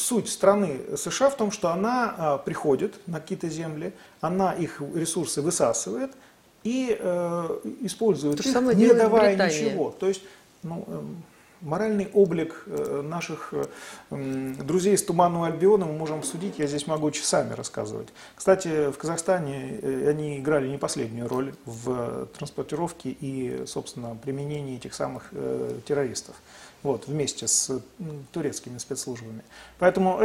суть страны США в том, что она приходит на какие-то земли, она их ресурсы высасывает и использует их, не давая ничего. То есть, моральный облик наших друзей из Туманного Альбиона мы можем обсудить, я здесь могу часами рассказывать. Кстати, в Казахстане они играли не последнюю роль в транспортировке и, собственно, применении этих самых террористов. Вот, вместе с турецкими спецслужбами. Поэтому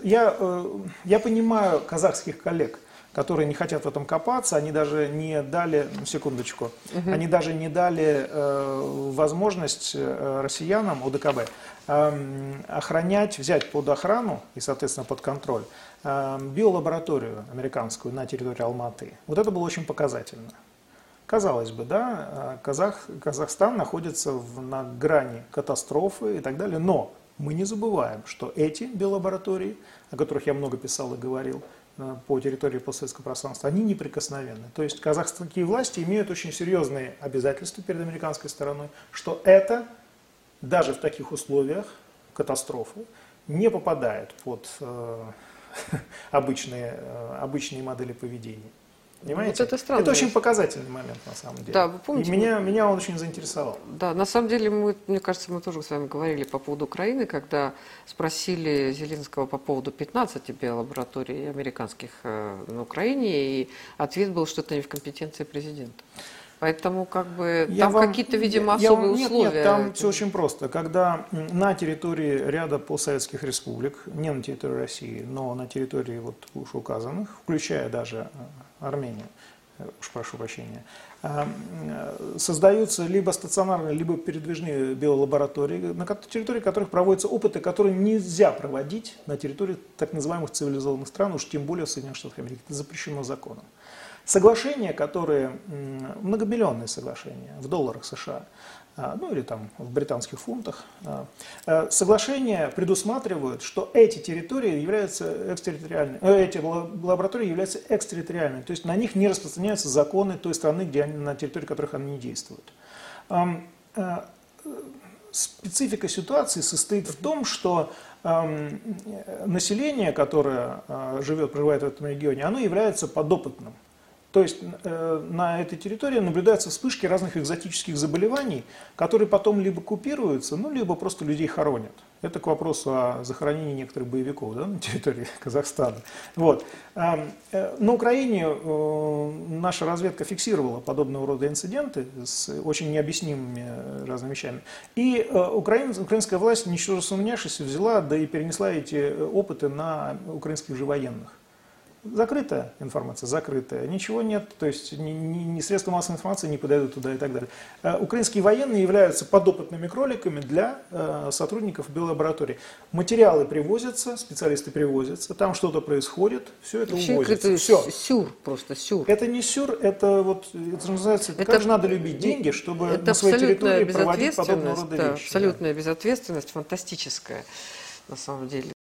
я понимаю казахских коллег, которые не хотят в этом копаться, они даже не дали, секундочку, они даже не дали возможность россиянам, ОДКБ, охранять, взять под охрану и, соответственно, под контроль биолабораторию американскую на территории Алматы. Вот это было очень показательно. Казалось бы, да, Казахстан находится на грани катастрофы и так далее, но мы не забываем, что эти биолаборатории, о которых я много писал и говорил, по территории постсоветского пространства, они неприкосновенны. То есть казахстанские власти имеют очень серьезные обязательства перед американской стороной, что это даже в таких условиях катастрофы не попадает под обычные модели поведения. Понимаете? Вот это очень показательный момент на самом деле. Да, вы помните, и меня он очень заинтересовал. Да, на самом деле, мне кажется, мы тоже с вами говорили по поводу Украины, когда спросили Зеленского по поводу 15 биолабораторий американских на Украине, и ответ был, что это не в компетенции президента. Поэтому там какие-то, видимо, особые условия. Нет, там все очень просто. Когда на территории ряда постсоветских республик, не на территории России, но на территории вот уж указанных, включая даже Армению, уж прошу прощения, создаются либо стационарные, либо передвижные биолаборатории, на территории которых проводятся опыты, которые нельзя проводить на территории так называемых цивилизованных стран, уж тем более в Соединенных Штатах Америки. Это запрещено законом. Соглашения, которые, многомиллионные соглашения в долларах США, или там в британских фунтах, соглашения предусматривают, что эти территории являются экстерриториальными, эти лаборатории являются экстерриториальными, то есть на них не распространяются законы той страны, на территории которых они не действуют. Специфика ситуации состоит в том, что население, которое проживает в этом регионе, оно является подопытным. То есть на этой территории наблюдаются вспышки разных экзотических заболеваний, которые потом либо купируются, либо просто людей хоронят. Это к вопросу о захоронении некоторых боевиков, да, на территории Казахстана. Вот. На Украине наша разведка фиксировала подобного рода инциденты с очень необъяснимыми разными вещами. И украинская власть, ничего сомневавшись, взяла, да и перенесла эти опыты на украинских же военных. Закрытая информация, закрытая, ничего нет, то есть ни средства массовой информации не подойдут туда и так далее. Украинские военные являются подопытными кроликами для сотрудников биолаборатории. Материалы привозятся, специалисты привозятся, там что-то происходит, все это увозится. Сюр, просто сюр. Это не сюр, это называется, как же надо любить деньги, чтобы на своей территории проводить подобного рода вещи. Абсолютная безответственность, фантастическая, на самом деле.